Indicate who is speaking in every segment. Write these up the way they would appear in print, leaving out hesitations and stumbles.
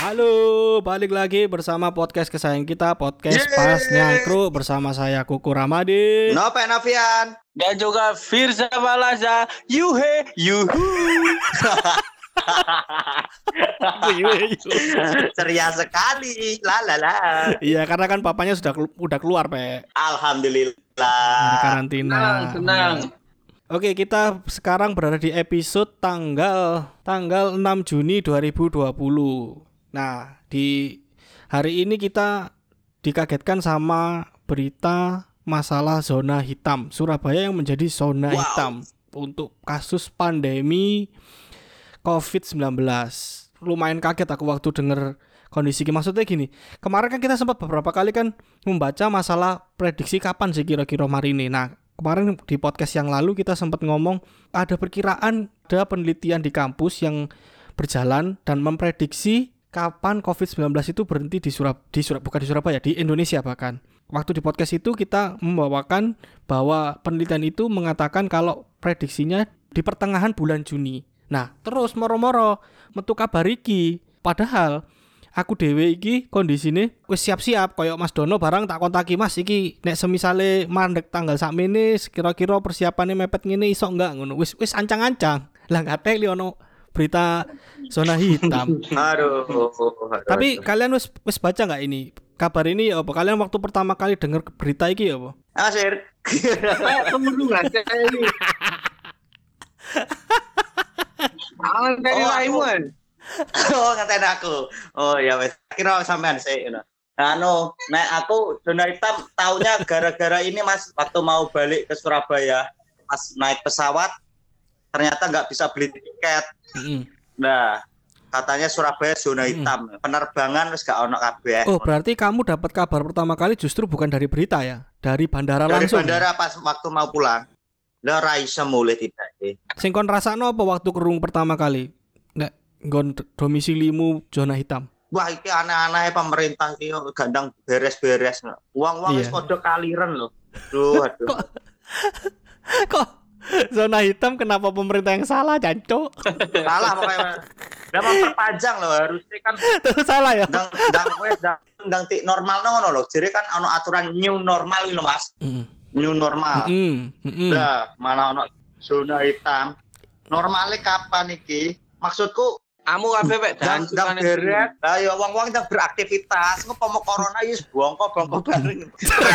Speaker 1: Halo, balik lagi bersama podcast kesayangan kita, podcast Pas Nyangkruk bersama saya Kuku Ramadhin,
Speaker 2: Nopen Avian,
Speaker 3: dan juga Firza Balaza. Yuhe, yuhu.
Speaker 2: ceria sekali, la.
Speaker 1: Iya, karena kan papanya udah keluar, Pe.
Speaker 2: Alhamdulillah.
Speaker 1: Dari karantina.
Speaker 3: Tenang.
Speaker 1: Oke, kita sekarang berada di episode tanggal 6 Juni 2020. Nah, di hari ini kita dikagetkan sama berita masalah zona hitam. Surabaya yang menjadi zona hitam untuk kasus pandemi COVID-19. Lumayan kaget aku waktu denger kondisi. Maksudnya gini, kemarin kan kita sempat beberapa kali kan membaca masalah prediksi kapan sih kira-kira hari ini. Nah, kemarin di podcast yang lalu kita sempat ngomong ada perkiraan, ada penelitian di kampus yang berjalan dan memprediksi kapan COVID-19 itu berhenti bukan di Surabaya, di Indonesia bahkan. Waktu di podcast itu kita membawakan bahwa penelitian itu mengatakan kalau prediksinya di pertengahan bulan Juni. Nah, terus moro-moro metu kabar iki. Padahal aku dhewe iki kondisine wis siap-siap koyo Mas Dono barang tak kontaki Mas iki nek semisale mandek tanggal sakmene kira-kira persiapane mepet ngene iso enggak ngono. Wis ancang-ancang. Lah gak teli ono berita zona hitam.
Speaker 2: Aduh.
Speaker 1: Tapi kalian wis baca enggak ini? Kabar ini apa? Kalian waktu pertama kali dengar berita iki apa?
Speaker 2: Asir.
Speaker 3: Kayak kemurungan ini. Alan dari Laimun.
Speaker 2: Oh, ngatain aku. Oh ya wes. Kira sampean sih. Nek aku zona hitam taunya gara-gara ini Mas waktu mau balik ke Surabaya, pas naik pesawat ternyata nggak bisa beli tiket. Nah, katanya Surabaya zona hitam. Penerbangan wis gak ono kabeh.
Speaker 1: Oh, berarti kamu dapat kabar pertama kali justru bukan dari berita ya? Dari bandara
Speaker 2: Dari
Speaker 1: langsung.
Speaker 2: bandara pas waktu mau pulang. Lah ra iso mulih tidak.
Speaker 1: Sing kon rasakno apa waktu kerung pertama kali? Nek nggon domisilimu zona hitam.
Speaker 2: Wah, iki aneh-aneh pemerintah iki gandang beres-beres. Uang-uang wis padha kaliren lho. Aduh.
Speaker 1: Kok zona hitam kenapa pemerintah yang salah, Jancuk?
Speaker 2: Salah makanya. Udah memperpanjang loh harusnya kan.
Speaker 1: Terus salah ya?
Speaker 2: Ndang tik normal ngono lho. Jadi kan ono aturan new normal lho, Mas. New normal. Lah, malah ono zona hitam. Normalnya kapan iki? Maksudku
Speaker 3: Amu kabeh pek
Speaker 2: dan beres. Lah ya wong-wong ndang beraktivitas, ngopo corona wis bongko bareng.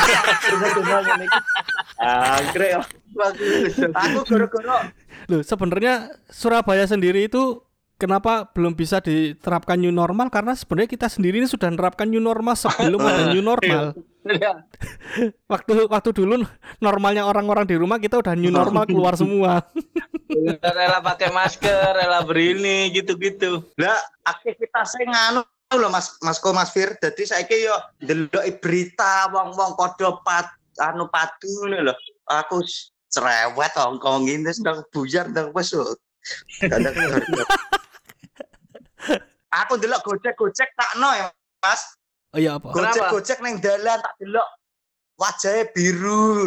Speaker 2: Anggrek. Aku gara-gara
Speaker 1: Loh, sebenarnya Surabaya sendiri itu kenapa belum bisa diterapkan new normal? Karena sebenarnya kita sendiri ini sudah menerapkan new normal sebelum ada new normal. Waktu dulu normalnya orang-orang di rumah, kita udah new normal keluar semua.
Speaker 3: Rela pakai masker, rela berini gitu-gitu.
Speaker 2: lah aktivitasnya nganu lho Mas Fir. Dadi saiki yo ndeloki berita wong-wong padha padu lho. Aku cerewet kok ngene sedang buyar ndang wis. Aku ndelok Gojek takno ya, Mas.
Speaker 1: Oh iya apa?
Speaker 2: Gojek ning dalan tak delok wajahnya biru.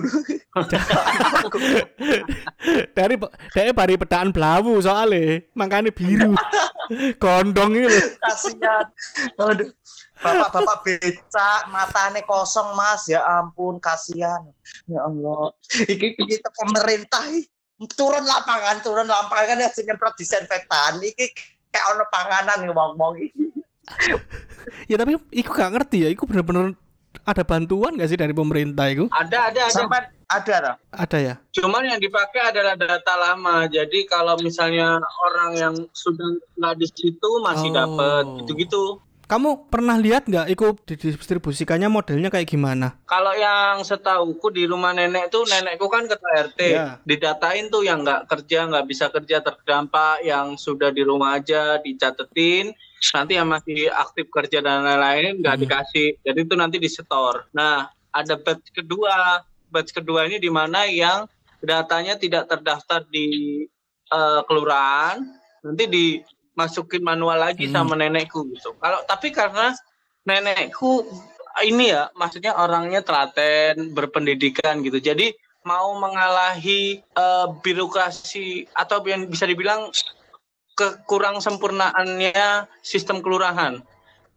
Speaker 1: dari bari pedaan blawu soalnya, makanya biru. Gondong itu.
Speaker 2: Kasihan. Aduh. Bapak becak, matane kosong Mas. Ya ampun, kasihan. Ya Allah. Iki pemerintah turun lapangan ya nyemprot disinfektan. Iki kayak ono panganan ngomong iki.
Speaker 1: Ya tapi iku gak ngerti ya, iku bener-bener ada bantuan gak sih dari pemerintah itu?
Speaker 3: Ada.
Speaker 2: Sampai ada lah.
Speaker 1: Ada ya.
Speaker 3: Cuman yang dipakai adalah data lama. Jadi kalau misalnya orang yang sudah nggak di situ masih dapat gitu-gitu.
Speaker 1: Kamu pernah lihat nggak ikut didistribusikannya modelnya kayak gimana?
Speaker 3: Kalau yang setauku di rumah nenekku kan ketua RT.
Speaker 1: Ya.
Speaker 3: Didatain tuh yang nggak kerja, nggak bisa kerja terdampak, yang sudah di rumah aja dicatetin. Nanti yang masih aktif kerja dan lain-lain nggak dikasih. Jadi itu nanti disetor. Nah, ada batch kedua. Batch kedua ini di mana yang datanya tidak terdaftar di kelurahan, nanti dimasukin manual lagi sama nenekku gitu. Tapi karena nenekku ini ya, maksudnya orangnya telaten, berpendidikan gitu. Jadi mau mengalahi birokrasi atau yang bisa dibilang kekurang sempurnaannya sistem kelurahan.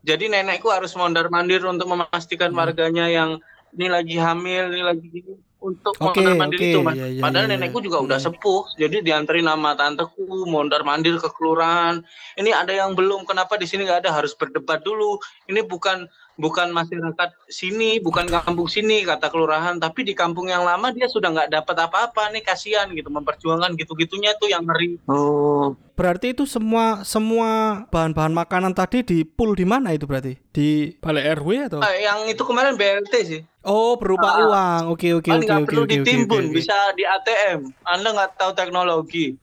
Speaker 3: Jadi nenekku harus mondar-mandir untuk memastikan warganya yang ini lagi hamil, ini lagi gini, untuk
Speaker 1: Oke,
Speaker 3: mondar-mandir
Speaker 1: oke.
Speaker 3: itu, Mas.
Speaker 1: Iya, iya,
Speaker 3: Padahal
Speaker 1: iya, iya.
Speaker 3: nenekku juga udah sepuh, jadi dianterin sama tanteku mondar-mandir ke kelurahan. Ini ada yang belum, kenapa di sini nggak ada? Harus berdebat dulu. Ini bukan masyarakat sini, bukan kampung sini kata kelurahan, tapi di kampung yang lama dia sudah nggak dapat apa-apa nih, kasihan gitu, memperjuangkan gitu-gitunya tuh yang ngeri.
Speaker 2: Oh,
Speaker 1: Berarti itu semua bahan-bahan makanan tadi di pool di mana itu berarti? Di balai RW atau?
Speaker 3: Yang itu kemarin BLT sih.
Speaker 1: Oh, berupa uang. Oke, oke,
Speaker 3: Kan
Speaker 1: oke,
Speaker 3: nggak
Speaker 1: oke,
Speaker 3: perlu
Speaker 1: oke, oke,
Speaker 3: ditimbun,
Speaker 1: oke.
Speaker 3: bisa di ATM. Anda nggak tahu teknologi.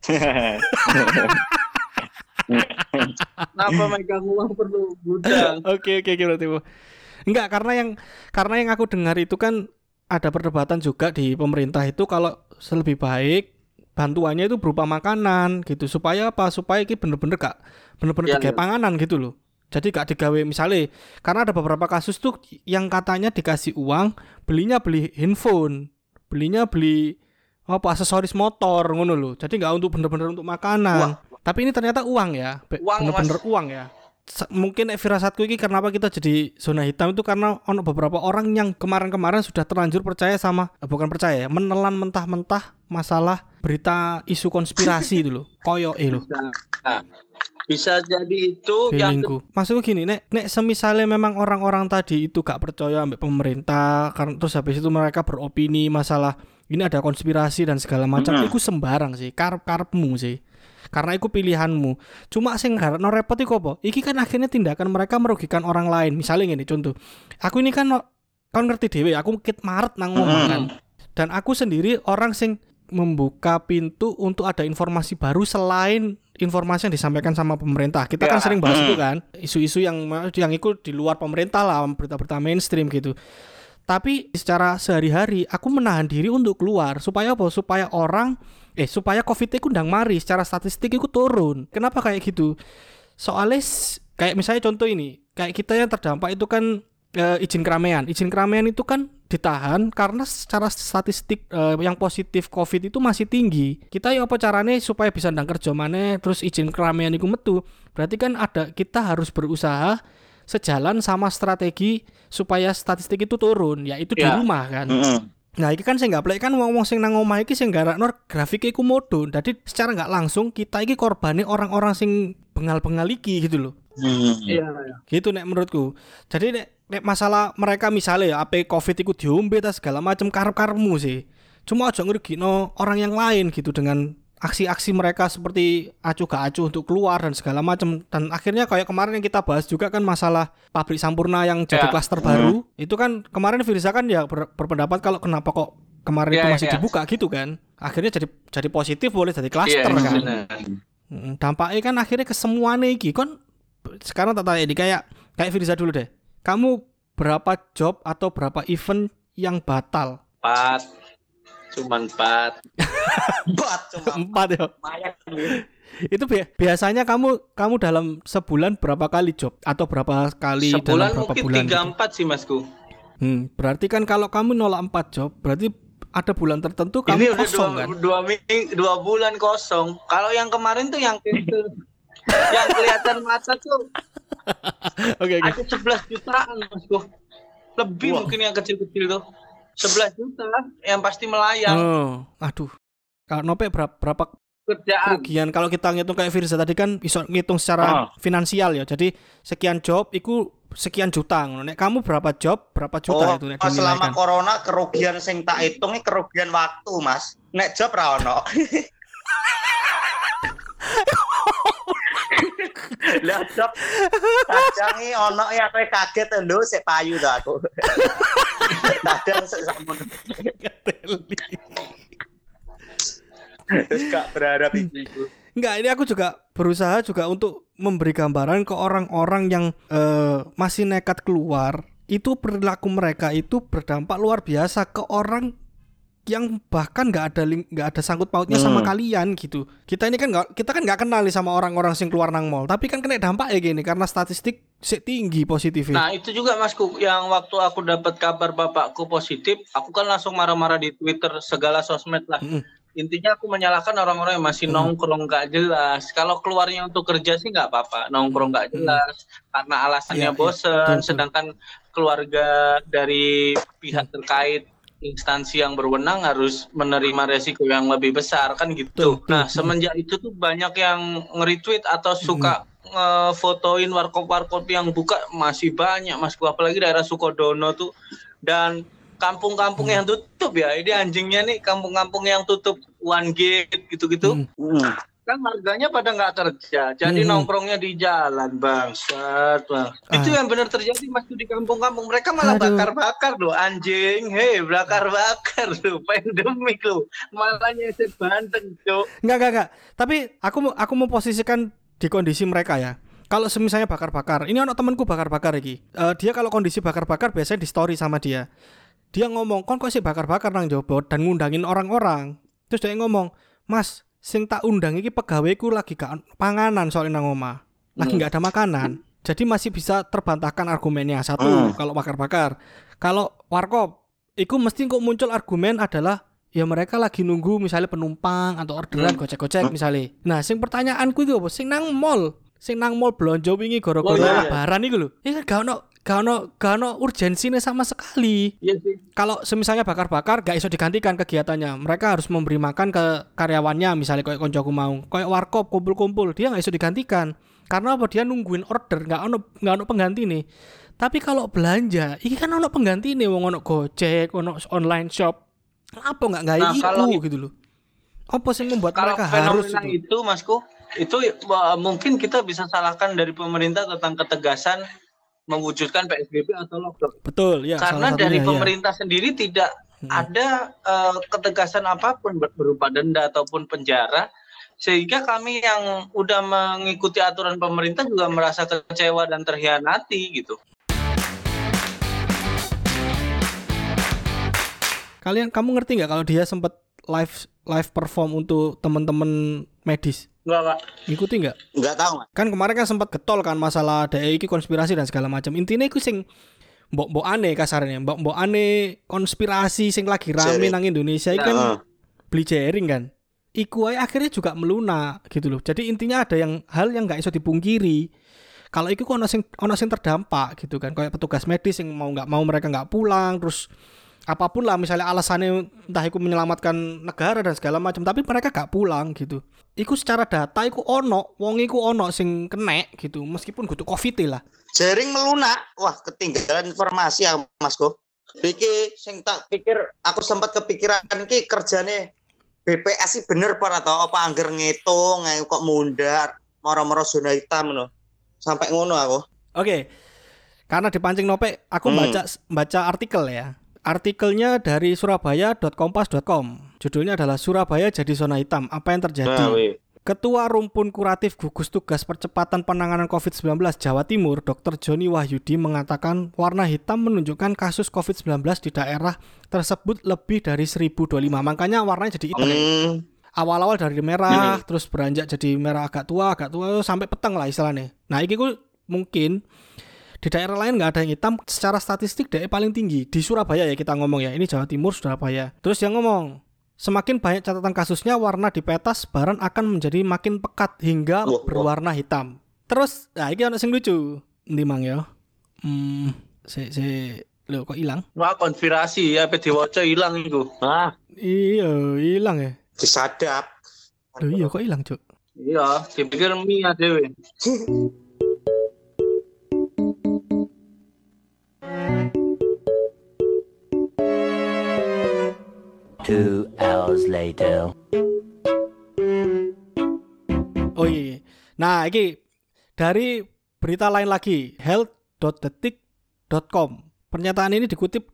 Speaker 3: Kenapa megang uang perlu gudang?
Speaker 1: Oke, berarti. Enggak, karena yang aku dengar itu kan ada perdebatan juga di pemerintah itu kalau lebih baik bantuannya itu berupa makanan gitu, supaya apa? Supaya ini bener-bener
Speaker 3: Ya,
Speaker 1: digawe panganan gitu loh. Jadi gak digawe misalnya, karena ada beberapa kasus tuh yang katanya dikasih uang, beli handphone, beli apa aksesoris motor ngono loh. Jadi nggak untuk bener-bener untuk makanan. Tapi ini ternyata uang ya,
Speaker 3: Uang,
Speaker 1: bener-bener
Speaker 3: Mas.
Speaker 1: uang ya. Mungkin firasatku ini kenapa kita jadi zona hitam itu karena ono beberapa orang yang kemarin-kemarin sudah terlanjur percaya sama bukan percaya ya, menelan mentah-mentah masalah berita isu konspirasi itu loh. Koyo loh.
Speaker 3: Nah, bisa jadi itu yang
Speaker 1: Feelingku. Maksudku gini, nek semisalnya memang orang-orang tadi itu gak percaya ambek pemerintah, karena terus habis itu mereka beropini masalah ini ada konspirasi dan segala macam, itu sembarang sih, karepmu sih. Karena itu pilihanmu. Cuma sing no repot iku apa? Iki kan akhirnya tindakan mereka merugikan orang lain. Misalnya gini, contoh. Aku ini kan ngerti dhewe, aku kit Maret nang ngomong kan. Dan aku sendiri orang sing membuka pintu untuk ada informasi baru selain informasi yang disampaikan sama pemerintah. Kita kan sering bahas itu kan, isu-isu yang itu di luar pemerintah lah, berita-berita mainstream gitu. Tapi secara sehari-hari aku menahan diri untuk keluar supaya apa? Supaya COVID itu ndang mari, secara statistik itu turun. Kenapa kayak gitu? Soalnya kayak misalnya contoh ini, kayak kita yang terdampak itu kan izin keramaian. Izin keramaian itu kan ditahan karena secara statistik yang positif COVID itu masih tinggi. Kita ya apa caranya supaya bisa ndang kerja maneh terus izin keramaian iku metu. Berarti kan kita harus berusaha sejalan sama strategi supaya statistik itu turun, yaitu di rumah kan. Nah, ini kan saya nggak plek kan wong sing nang omah iki sing garakno grafiknya iku modho. Jadi secara nggak langsung kita iki korbane orang-orang sing bengal-bengal iki gitu loh.
Speaker 3: Iya.
Speaker 1: Gitu nek menurutku. Jadi nek masalah mereka misalnya ya apa COVID iku diombe ta segala macam karep-karepmu sih. Cuma aja ngrugino orang yang lain gitu dengan aksi-aksi mereka seperti acuh gak acuh untuk keluar dan segala macam. Dan akhirnya kayak kemarin yang kita bahas juga kan masalah pabrik Sampurna yang jadi klaster baru. Itu kan kemarin Firza kan ya berpendapat kalau kenapa kok kemarin itu masih dibuka gitu kan. Akhirnya jadi positif boleh jadi klaster kan. Dampaknya kan akhirnya ke semua nih kan. Sekarang tak tanya ini kayak Firza dulu deh. Kamu berapa job atau berapa event yang batal?
Speaker 3: 4. Cuman 4.
Speaker 1: 4 ya. Itu biasanya kamu dalam sebulan berapa kali job atau berapa kali
Speaker 3: sebulan
Speaker 1: dalam berapa
Speaker 3: mungkin
Speaker 1: bulan?
Speaker 3: 3-4 sih Masku.
Speaker 1: Berarti kan kalau kamu nolak 4 job, berarti ada bulan tertentu kamu
Speaker 3: ini
Speaker 1: kosong
Speaker 3: udah
Speaker 1: kan?
Speaker 3: 2 bulan kosong. Kalau yang kemarin tuh yang yang kelihatan mata tuh
Speaker 1: Oke.
Speaker 3: ada 11 jutaan Masku. Lebih mungkin yang kecil-kecil tuh. 11 juta yang pasti melayang.
Speaker 1: Aduh. Kalau Nope berapa
Speaker 3: kerjaan
Speaker 1: kerugian kalau kita ngitung kayak Firza tadi kan bisa ngitung secara finansial ya. Jadi sekian job itu sekian juta. Nek kamu berapa job, berapa juta itu nek
Speaker 2: selama corona kerugian sing tak hitung kerugian waktu, Mas. Nek job ra ono. Lah job kadang iki ono ya kowe kaget lho sik payu to aku. Kadang sik sakmono. Terus gak berharap itu.
Speaker 1: Enggak, ini aku juga berusaha juga untuk memberi gambaran ke orang-orang yang masih nekat keluar. Itu perilaku mereka itu berdampak luar biasa ke orang yang bahkan nggak ada sangkut pautnya sama kalian gitu. Kita ini kan nggak kenal sama orang-orang sing keluar nang mall, tapi kan kena dampak ya gini karena statistik tinggi positifnya.
Speaker 3: Nah itu juga Masku, yang waktu aku dapat kabar bapakku positif, aku kan langsung marah-marah di Twitter segala sosmed lah. Intinya aku menyalahkan orang-orang yang masih nongkrong gak jelas. Kalau keluarnya untuk kerja sih nggak apa-apa, nongkrong gak jelas karena alasannya
Speaker 1: Iya,
Speaker 3: bosen.
Speaker 1: betul.
Speaker 3: Sedangkan keluarga dari pihak terkait instansi yang berwenang harus menerima resiko yang lebih besar kan gitu.
Speaker 1: Betul.
Speaker 3: Nah semenjak itu tuh banyak yang nge-retweet atau suka fotoin warkop-warkop yang buka masih banyak Mas, apalagi daerah Sukodono tuh, dan kampung-kampung yang tutup ya, ini anjingnya nih kampung-kampung yang tutup one gate gitu-gitu, kan warganya pada nggak kerja, jadi nongkrongnya di jalan bangsat bang. Itu yang benar terjadi Mas di kampung-kampung, mereka malah bakar-bakar loh anjing, bakar-bakar loh, pandemik loh, malah nyeset Banten cok.
Speaker 1: Enggak. Tapi aku mau posisikan di kondisi mereka ya. Kalau misalnya bakar-bakar, ini anak temanku bakar-bakar iki. Dia kalau kondisi bakar-bakar biasanya di story sama dia. Dia ngomong, kok sih bakar-bakar nang jobot dan ngundangin orang-orang. Terus dia ngomong, "Mas, sing tak undang iki pegawaiku lagi gak panganan soalnya nang omah. Lagi gak ada makanan." Jadi masih bisa terbantahkan argumennya. Satu, kalau bakar-bakar. Kalau warkop, itu mesti kok muncul argumen adalah ya mereka lagi nunggu misalnya penumpang atau orderan gocek-gocek misalnya. Nah, sing pertanyaanku itu apa? Sing nang mall belanja wingi gara-gara lebaran iku lho. Iki gak ono urgensine sama sekali.
Speaker 3: Iya sih.
Speaker 1: Kalau semisalnya bakar-bakar gak iso digantikan kegiatannya. Mereka harus memberi makan ke karyawannya, misalnya kayak koncoku mau. Kayak warkop kumpul-kumpul, dia gak iso digantikan. Karena apa? Dia nungguin order, gak ono pengganti nih. Tapi kalau belanja, ini kan ono pengganti nih, wong ono Gojek, ono online shop. Apa nggak iku gitu loh? Apa sih membuat mereka harus
Speaker 3: itu Masku? Itu mungkin kita bisa salahkan dari pemerintah tentang ketegasan mewujudkan PSBB atau lockdown.
Speaker 1: Betul ya.
Speaker 3: Karena dari pemerintah sendiri tidak ada ketegasan apapun berupa denda ataupun penjara, sehingga kami yang udah mengikuti aturan pemerintah juga merasa kecewa dan terhianati gitu.
Speaker 1: Kamu ngerti nggak kalau dia sempat live perform untuk teman-teman medis?
Speaker 3: Enggak.
Speaker 1: Ngikuti nggak?
Speaker 2: Nggak tahu.
Speaker 1: Kan kemarin kan sempat getol kan masalah DEI konspirasi dan segala macam. Intinya iku sing mbok aneh kasarnya, mbok aneh konspirasi sing lagi rame nang Indonesia iki kan beli jaring kan. Iku akhirnya juga melunak gitu loh. Jadi intinya ada hal yang nggak iso dipungkiri. Kalau iku ono sing terdampak gitu kan, kayak petugas medis yang mau nggak mau mereka nggak pulang, terus apapun lah misalnya alasannya entah itu menyelamatkan negara dan segala macam, tapi mereka gak pulang gitu. Iku secara data iku wong iku ono sing kena gitu, meskipun kudu covid lah.
Speaker 2: Jaring melunak, wah ketinggalan informasi ya Mas Go. Iki sing tak pikir, aku sempat kepikiran iki kerjane BPS sih bener apa angger ngitung kok mundar moro-moro zona hitam no. Sampai ngono aku. Oke.
Speaker 1: Karena dipancing Nope, aku baca artikel ya. Artikelnya dari surabaya.kompas.com. Judulnya adalah Surabaya jadi zona hitam. Apa yang terjadi? Ketua Rumpun Kuratif Gugus Tugas Percepatan Penanganan COVID-19 Jawa Timur, Dr. Joni Wahyudi mengatakan warna hitam menunjukkan kasus COVID-19 di daerah tersebut lebih dari 1025. Makanya warnanya jadi hitam. Awal-awal dari merah, terus beranjak jadi merah agak tua sampai peteng lah istilahnya. Nah, ini mungkin di daerah lain nggak ada yang hitam. Secara statistik daerah paling tinggi di Surabaya ya kita ngomong ya. Ini Jawa Timur, Surabaya. Terus yang ngomong, semakin banyak catatan kasusnya, warna di peta sebaran akan menjadi makin pekat hingga berwarna hitam. Terus, nah ini ada yang lucu. Nanti mang ya. Loh kok hilang?
Speaker 3: Wah konspirasi ya, PDWC hilang itu.
Speaker 1: Iya hilang ya.
Speaker 2: Disadap.
Speaker 1: Loh iya kok hilang Cuk?
Speaker 3: Iya, dipikir mie adewe.
Speaker 4: 2 hours later.
Speaker 1: Oh iya. Nah, ini dari berita lain lagi, health.detik.com. Pernyataan ini dikutip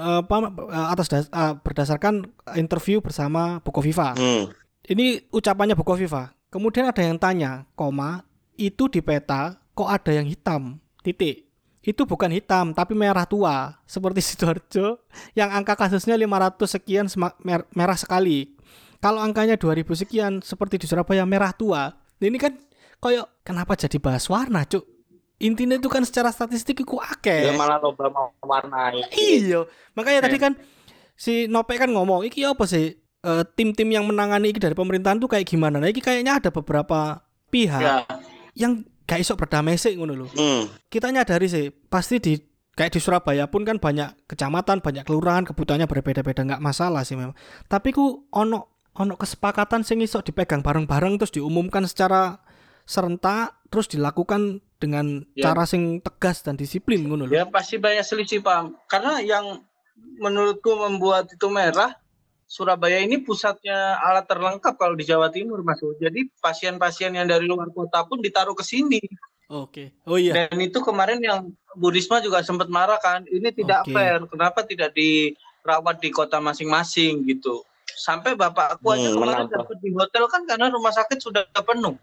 Speaker 1: berdasarkan interview bersama Bukoviva. Ini ucapannya Bukoviva. Kemudian ada yang tanya, itu di peta kok ada yang hitam? Titik. Itu bukan hitam tapi merah tua seperti Sidoarjo yang angka kasusnya 500 sekian merah sekali. Kalau angkanya 2000 sekian seperti di Surabaya merah tua. Ini kan kayak kenapa jadi bahas warna, Cuk? Intinya itu kan secara statistik iku akeh.
Speaker 2: Ya malah loba mau warnai.
Speaker 1: Iya. Makanya tadi kan si Nope kan ngomong, iki apa sih? tim-tim yang menangani ini dari pemerintahan tuh kayak gimana. Nah ini kayaknya ada beberapa pihak yang gak iso berdamai sih ngono lho. Kita nyadari sih pasti kayak di Surabaya pun kan banyak kecamatan, banyak kelurahan, kebutuhannya berbeda-beda, nggak masalah sih memang. Tapi ku ono kesepakatan sing iso dipegang bareng-bareng terus diumumkan secara serentak terus dilakukan dengan cara sing tegas dan disiplin ngono lho.
Speaker 3: Ya pasti banyak selisih paham. Karena yang menurutku membuat itu merah, Surabaya ini pusatnya alat terlengkap kalau di Jawa Timur, Mas. Jadi pasien-pasien yang dari luar kota pun ditaruh ke sini.
Speaker 1: Oke. Oh iya.
Speaker 3: Dan itu kemarin yang Bu Risma juga sempat marah kan, ini tidak fair. Kenapa tidak dirawat di kota masing-masing gitu? Sampai bapakku aja kemarin dapat di hotel kan karena rumah sakit sudah penuh.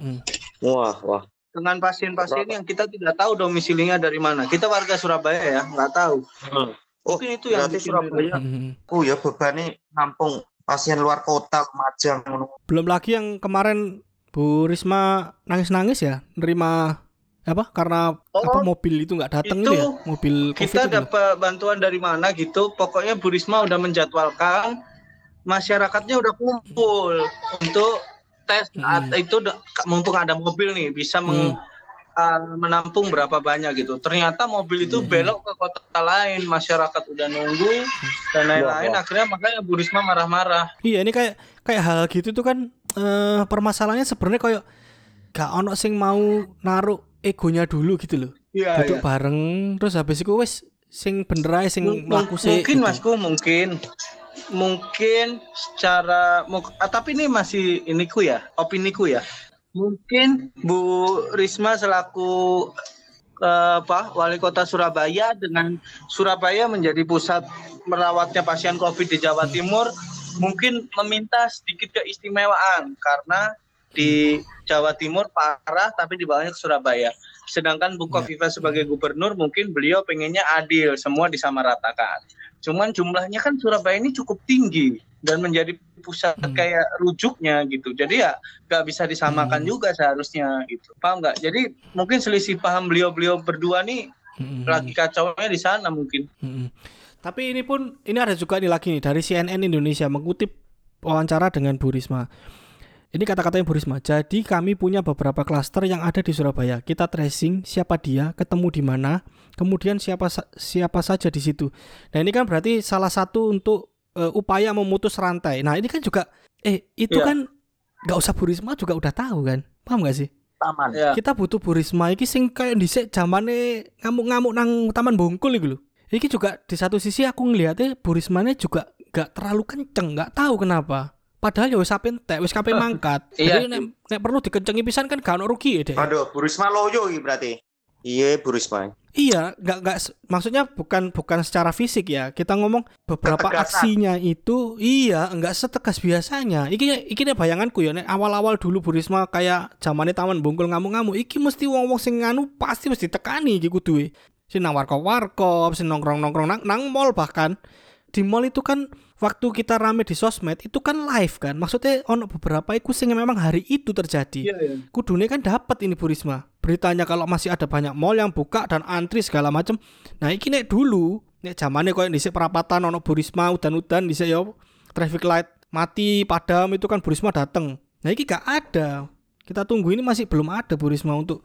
Speaker 2: Wah.
Speaker 3: Dengan pasien-pasien yang kita tidak tahu domisilinya dari mana. Kita warga Surabaya ya, nggak tahu. Mungkin itu yang
Speaker 2: berarti Surabaya. Ya bebannya nampung pasien luar kota Lumajang.
Speaker 1: Belum lagi yang kemarin Bu Risma nangis-nangis ya, nerima karena mobil itu nggak datang itu ya, mobil COVID
Speaker 3: kita dapat bantuan dari mana gitu. Pokoknya Bu Risma udah menjadwalkan, masyarakatnya udah kumpul untuk tes. Itu mumpung ada mobil nih bisa menampung berapa banyak gitu. Ternyata mobil itu belok ke kota lain, masyarakat udah nunggu dan lain-lain. Akhirnya makanya Bu Risma marah-marah.
Speaker 1: Iya, ini kayak hal gitu tuh kan permasalahannya sebenarnya kayak gak ono sing mau naruh egonya dulu gitu loh. Duduk bareng terus habis itu wes sing bener ae sing mlaku sih.
Speaker 3: Mungkin
Speaker 1: gitu.
Speaker 3: Masku mungkin secara tapi ini masih opiniku ya. Mungkin Bu Risma selaku Wali Kota Surabaya dengan Surabaya menjadi pusat merawatnya pasien COVID di Jawa Timur, mungkin meminta sedikit keistimewaan karena di Jawa Timur parah tapi dibawanya ke Surabaya. Sedangkan Bu Kofifa sebagai gubernur mungkin beliau pengennya adil, semua disamaratakan. Cuman jumlahnya kan Surabaya ini cukup tinggi dan menjadi pusat kayak rujuknya gitu. Jadi ya nggak bisa disamakan juga seharusnya gitu. Paham nggak? Jadi mungkin selisih paham beliau berdua nih lagi kacaunya di sana mungkin.
Speaker 1: Tapi ini ada juga nih lagi nih dari CNN Indonesia mengutip wawancara dengan Bu Risma. Ini kata-katanya Bu Risma. Jadi kami punya beberapa klaster yang ada di Surabaya. Kita tracing siapa dia, ketemu di mana, kemudian siapa saja di situ. Nah ini kan berarti salah satu untuk upaya memutus rantai. Nah ini kan juga kan nggak usah Bu Risma juga udah tahu kan, paham nggak sih?
Speaker 2: Taman.
Speaker 1: Kita butuh Bu Risma iki sing kayak dhisik zamane ngamuk-ngamuk nang Taman Bungkul iki lho. Iki juga di satu sisi aku ngelihatnya Bu Rismane juga nggak terlalu kenceng, nggak tahu kenapa. Padahal ya wis entek, wis kape mangkat. Jadi nek perlu dikencengi pisan kan gak ono rugi ya, Dek.
Speaker 2: Aduh, Bu Risma loyo iki berarti. Iya, Bu Risma.
Speaker 1: Iya, enggak maksudnya bukan secara fisik ya. Kita ngomong beberapa aksinya itu enggak setegas biasanya. Iki bayanganku ya nek awal-awal dulu Bu Risma kayak zamane Taman Bungkul ngamuk-ngamuk, iki mesti wong-wong sing nganu pasti mesti tekani iki kuduwe. Sing nang warkop, sing nongkrong-nongkrong nang mall bahkan. Di mall itu kan waktu kita rame di sosmed itu kan live kan. Maksudnya ono beberapa iku sing memang hari itu terjadi. Kudune kan dapat ini Bu Risma. Beritanya kalau masih ada banyak mall yang buka dan antri segala macam. Nah, iki nek dulu, nek zamane koyo dhisik perapatan ono Bu Risma udan-udan dhisik ya traffic light mati padam itu kan Bu Risma dateng. Nah, iki gak ada. Kita tunggu ini masih belum ada Bu Risma untuk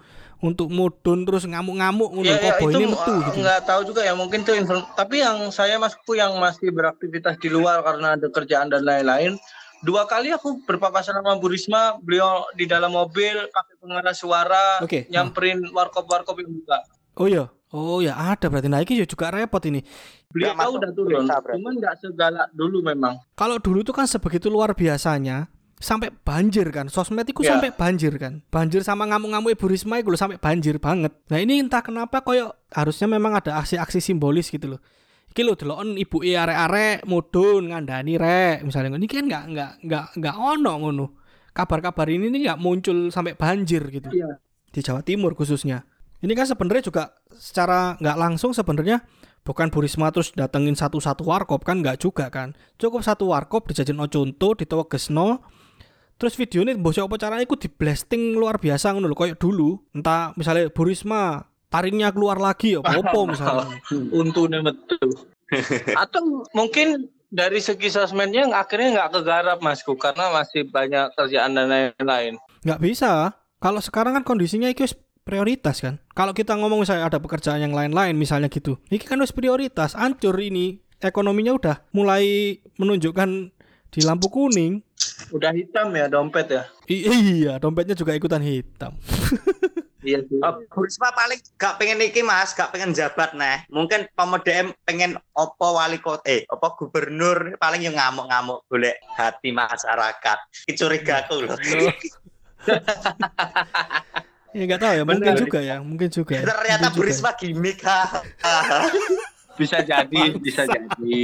Speaker 1: mudun terus ngamuk-ngamuk ngono kok ini metu gitu.
Speaker 3: Enggak tahu juga ya mungkin tuh tapi yang saya Masku yang masih beraktivitas di luar karena ada kerjaan dan lain-lain. 2 kali aku berpapasan sama Bu Risma, beliau di dalam mobil pakai pengeras suara, nyamperin warkop-warkop yang buka.
Speaker 1: Oh ya ada berarti. Nah ini juga repot ini.
Speaker 3: Beliau udah turun, cuman nggak segalak dulu memang.
Speaker 1: Kalau dulu itu kan sebegitu luar biasanya, sampai banjir kan, sosmed itu sampai banjir kan, banjir sama ngamuk-ngamuk Ibu Risma itu sampai banjir banget. Nah ini entah kenapa koyo harusnya memang ada aksi-aksi simbolis gitu loh. Iki lho delokon ibuke arek-arek mudun ngandani rek misalnya ini kan nggak ono ngono. Kabar-kabar ini nggak muncul sampai banjir gitu. Di Jawa Timur khususnya. Ini kan sebenarnya juga secara nggak langsung sebenarnya bukan Bu Risma terus datengin satu-satu warkop kan nggak juga kan. Cukup satu warkop dijadiin contoh, ditewegesno. Terus videonya mbok apa caranya iku di-blasting luar biasa ngono lho koyo dulu. Entah misalnya Bu Risma taringnya keluar lagi apa misalnya.
Speaker 3: Untune metu. Atau mungkin dari segi sosmednya akhirnya nggak kegarap Masku karena masih banyak kerjaan dan lain-lain.
Speaker 1: Nggak bisa. Kalau sekarang kan kondisinya itu prioritas kan. Kalau kita ngomong misalnya ada pekerjaan yang lain-lain misalnya gitu, ini kan harus prioritas. Hancur ini, ekonominya udah mulai menunjukkan di lampu kuning.
Speaker 3: Udah hitam ya dompet ya.
Speaker 1: Iya, dompetnya juga ikutan hitam.
Speaker 3: Iya sih.
Speaker 2: Bu Risma paling gak pengen iki Mas, gak pengen jabat nah. Mungkin pemodem pengen opo wali kota, opo gubernur paling yang ngamuk-ngamuk golek hati masyarakat. Ki curigaku lho.
Speaker 1: Ya nggak tahu ya, mungkin juga ya, mungkin juga.
Speaker 2: Ternyata Bu Risma gimmick.
Speaker 3: Bisa jadi, bisa jadi.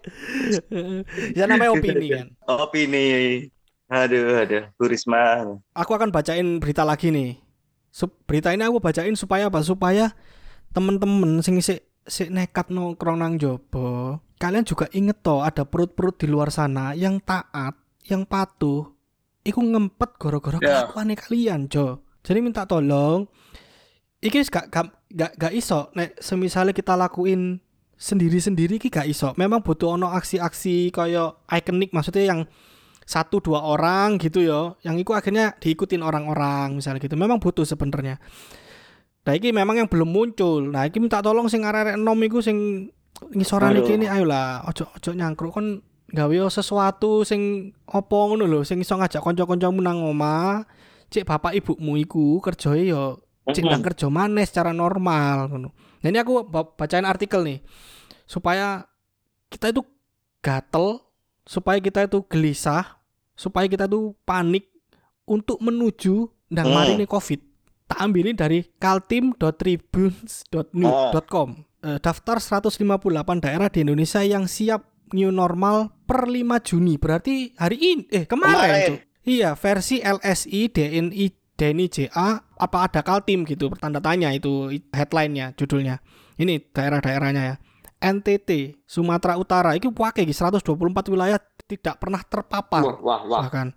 Speaker 1: Ya namanya opini kan.
Speaker 2: Opini. Aduh, Bu Risma.
Speaker 1: Aku akan bacain berita lagi nih. Berita ini aku bacain supaya apa? Supaya temen-temen sing sik nekat nongkrong nang jobo, kalian juga inget toh ada perut-perut di luar sana yang taat, yang patuh. Iku ngempet gara-gara kelakuane kalian, Jo. Jadi minta tolong. Iki gak iso nek semisale kita lakuin sendiri-sendiri iki gak iso. Memang butuh ono aksi-aksi kaya ikonik, maksudnya yang 1-2 orang gitu ya, yang itu akhirnya diikutin orang-orang misalnya gitu. Memang butuh sebenarnya. Nah iki memang yang belum muncul. Nah iki minta tolong sing arek-arek enom iku sing ngisoran iki ini, ayolah ojo nyangkruk kon gawe sesuatu sing opo ngono lho, sing iso ngajak kanca-kancamu nang omah. Cek bapak ibumu iku kerjoe ya cek nang kerja maneh secara normal ngono. Nah ini aku bacain artikel nih supaya kita itu gatel, supaya kita itu gelisah, supaya kita tuh panik untuk menuju ndang marine Covid. Tak ambilin dari kaltim.tribunes.new.com. Daftar 158 daerah di Indonesia yang siap new normal per 5 Juni. Berarti hari ini kemarin. Tuh. Iya, versi LSI DNIJA apa ada Kaltim gitu, bertanda tanya itu headline-nya, judulnya. Ini daerah-daerahnya ya. NTT, Sumatera Utara, itu pakai 124 wilayah tidak pernah terpapar.
Speaker 2: Wah.
Speaker 1: Bahkan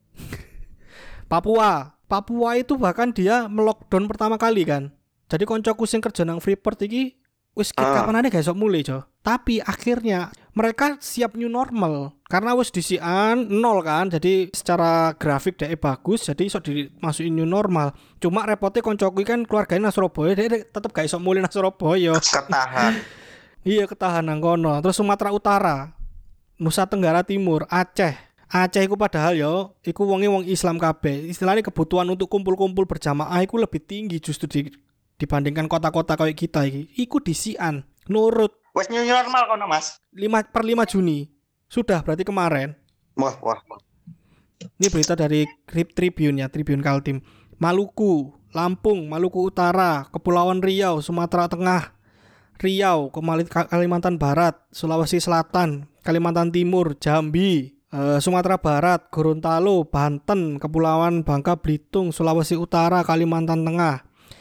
Speaker 1: Papua itu bahkan dia melockdown pertama kali kan. Jadi koncoku sing kerja nang Freeport iki wis kapanane gak iso mulai, Jo. Tapi akhirnya mereka siap new normal karena wis disian nol kan. Jadi secara grafik dhek bagus, jadi iso dimasukin new normal. Cuma repotnya koncoku kan keluarganya nang Surabaya, dia tetep gak iso mulai nang Surabaya.
Speaker 2: Ketahan.
Speaker 1: Iya, ketahan nang kono. Terus Sumatera Utara, Nusa Tenggara Timur, Aceh iku padahal yo, iku wong Islam kabeh. Istilahnya kebutuhan untuk kumpul-kumpul berjamaah iku lebih tinggi justru dibandingkan kota-kota kayak kita iki. Iku disian, nurut.
Speaker 2: Wes new normal kono, Mas.
Speaker 1: 5 Juni. Sudah berarti kemarin.
Speaker 2: Wah.
Speaker 1: Ini berita dari Tribune ya, Tribune Kaltim. Maluku, Lampung, Maluku Utara, Kepulauan Riau, Sumatera Tengah, Riau, Kalimantan Barat, Sulawesi Selatan, Kalimantan Timur, Jambi, Sumatera Barat, Gorontalo, Banten, Kepulauan Bangka Belitung, Sulawesi Utara, Kalimantan Tengah.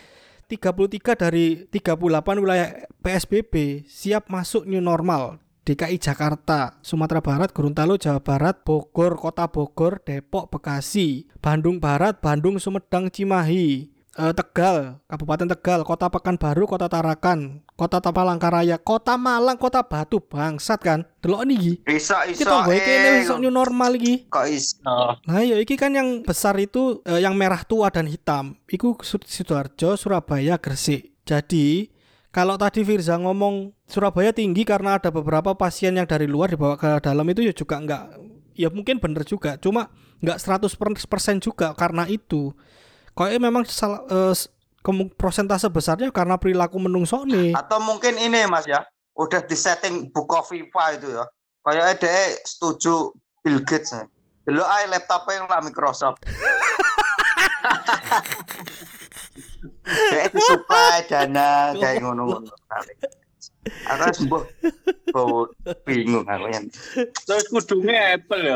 Speaker 1: 33 dari 38 wilayah PSBB siap masuk new normal. DKI Jakarta, Sumatera Barat, Gorontalo, Jawa Barat, Bogor, Kota Bogor, Depok, Bekasi, Bandung Barat, Bandung, Sumedang, Cimahi, Tegal, Kabupaten Tegal, Kota Pekanbaru, Kota Tarakan, Kota Palangkaraya, Kota Malang, Kota Batu, bangsat kan. Delok niki.
Speaker 2: Iso.
Speaker 1: Kita gue kene iso new normal iki.
Speaker 2: Kok iso?
Speaker 1: Nah, ya iki kan yang besar itu yang merah tua dan hitam. Iku Sidoarjo, Surabaya, Gresik. Jadi, kalau tadi Firza ngomong Surabaya tinggi karena ada beberapa pasien yang dari luar dibawa ke dalam itu ya juga enggak, ya mungkin bener juga. Cuma enggak 100% juga karena itu. Kayaknya memang prosentase besarnya karena perilaku menungsone.
Speaker 2: Atau mungkin ini Mas ya, udah disetting Bukoviva itu ya. Kayaknya dia setuju Bill Gates nih. Dulu laptopnya yang lah Microsoft. Dia disuplai dana kayak ngono-ngono. Aku sembuh bingung aku yang.
Speaker 3: Terus kudungnya Apple ya.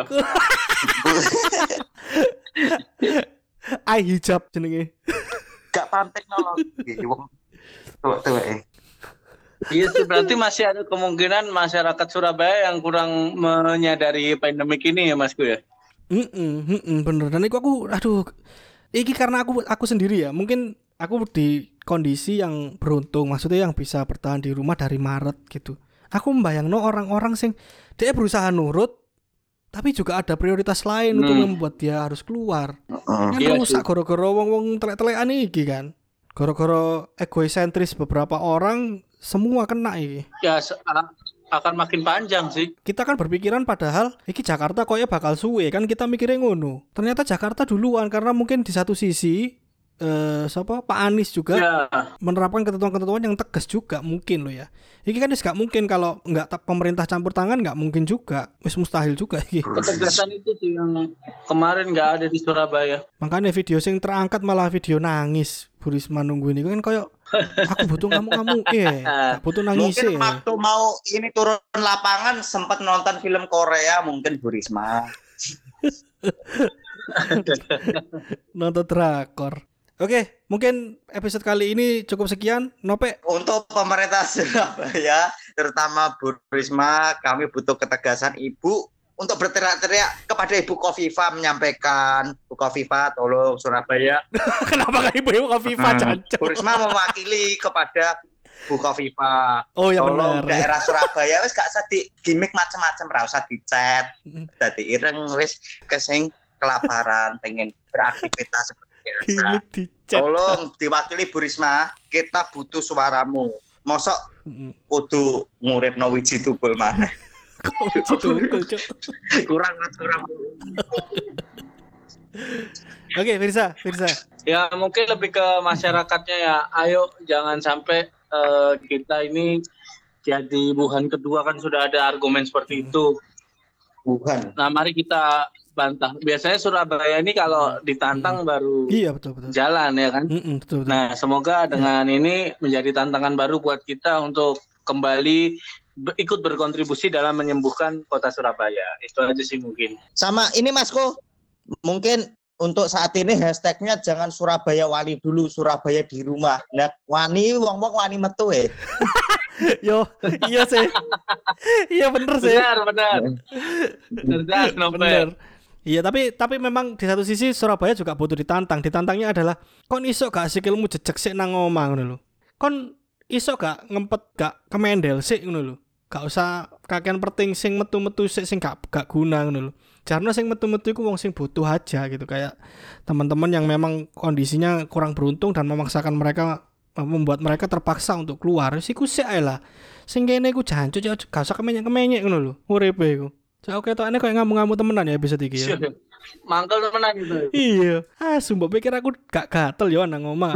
Speaker 1: iHijab jenenge.
Speaker 2: Gak paham teknologi wong tuwek.
Speaker 3: Iya sih, berarti masih ada kemungkinan masyarakat Surabaya yang kurang menyadari pandemik ini ya Masku ya.
Speaker 1: Bener. Dan aku iki karena aku sendiri ya. Mungkin aku di kondisi yang beruntung, maksudnya yang bisa bertahan di rumah dari Maret gitu. Aku membayangno orang-orang sing Dia berusaha nurut, tapi juga ada prioritas lain untuk membuat dia harus keluar. Kan
Speaker 3: Iya
Speaker 1: rusak gara-gara wong-wong telek-telekan iki kan. Gara-gara egoisentris beberapa orang semua kena iki.
Speaker 3: Ya akan makin panjang sih.
Speaker 1: Kita kan berpikiran padahal iki Jakarta koyo bakal suwe kan, kita mikirnya ngono. Ternyata Jakarta duluan karena mungkin di satu sisi Pak Anies juga menerapkan ketentuan-ketentuan yang tegas juga mungkin loh ya. Ini kan gak mungkin kalau nggak pemerintah campur tangan, nggak mungkin juga, wis mustahil juga.
Speaker 3: Ketegasan itu sih yang kemarin nggak ada di Surabaya.
Speaker 1: Makanya video yang terangkat malah video nangis Bu Risma nunggu ini kan kayak aku butuh kamu gak butuh nangis.
Speaker 2: Mungkin waktu mau ini turun lapangan sempat nonton film Korea mungkin Bu Risma.
Speaker 1: Nonton drakor. Oke, mungkin episode kali ini cukup sekian. Nope.
Speaker 2: Untuk pemerintah Surabaya, terutama Bu Risma, kami butuh ketegasan Ibu untuk berteriak-teriak kepada Ibu Kofifa, menyampaikan, Bu Kofifa tolong Surabaya.
Speaker 1: Kenapa kan Ibu Kofifa cancok?
Speaker 2: Bu Risma mewakili kepada Bu Kofifa.
Speaker 1: Oh ya
Speaker 2: tolong
Speaker 1: benar.
Speaker 2: daerah Surabaya wis gak usah di gimmick macam-macam, ra usah dicet. Dadi ireng wis kesing kelaparan pengen beraktivitas seperti biasa. Tolong diwakili Bu Risma, kita butuh suaramu. Mosok kudu nguripno wiji tubul maneh. Kurang.
Speaker 1: Oke, Firza.
Speaker 3: Ya mungkin lebih ke masyarakatnya ya. Ayo jangan sampai kita ini jadi Wuhan kedua, kan sudah ada argumen seperti itu.
Speaker 2: Wuhan.
Speaker 3: Nah mari kita bantah. Biasanya Surabaya ini kalau ditantang baru
Speaker 1: betul.
Speaker 3: jalan ya kan.
Speaker 1: Betul.
Speaker 3: Nah semoga dengan ini menjadi tantangan baru buat kita untuk kembali ikut berkontribusi dalam menyembuhkan kota Surabaya. Itu aja sih mungkin.
Speaker 2: Sama ini Masko, mungkin untuk saat ini hashtagnya jangan Surabaya wani dulu, Surabaya di rumah. Nah, wani wong-wong wani metu
Speaker 1: Yo, iya sih. Iya bener sih.
Speaker 3: Benar.
Speaker 1: Iya, tapi memang di satu sisi Surabaya juga butuh ditantang. Ditantangnya adalah kon iso gak sikilmu jejeg sik nang omah ngono lho. Kon iso gak ngempet gak kemendel sik ngono lho. Gak usah kakean perting sing metu-metu sik sing gak guna ngono lho. Jarno sing metu-metu iku wong sing butuh aja gitu, kayak teman-teman yang memang kondisinya kurang beruntung dan memaksakan mereka, membuat mereka terpaksa untuk keluar. Siku sik ae lah. Sing kene iku jancuk gak usah kemenyek-kemenyek ngono lho. Uripe iku. Oke, tokane koyo ngamuk-ngamuk temenan ya episode iki ya.
Speaker 3: Mangkel temenan gitu.
Speaker 1: Iya. Sumpah pikir aku gak gatel ya nang omah.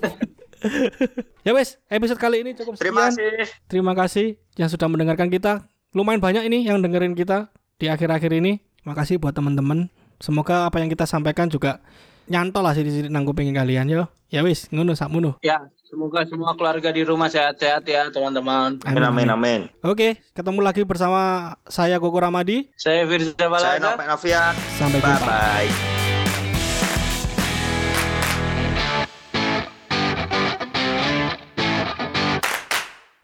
Speaker 1: Ya wes, episode kali ini cukup sekian. Terima kasih yang sudah mendengarkan kita. Lumayan banyak ini yang dengerin kita di akhir-akhir ini. Makasih buat teman-teman. Semoga apa yang kita sampaikan juga nyantol lah sih nang kuping kalian yo. Ya wes, ngono sakmono.
Speaker 3: Ya, semoga semua keluarga di rumah sehat-sehat ya teman-teman.
Speaker 2: Amin.
Speaker 1: Oke, ketemu lagi bersama saya Koko Ramadi.
Speaker 3: Saya Firza Balaga.
Speaker 2: Saya Novian.
Speaker 1: Sampai jumpa.
Speaker 2: Bye.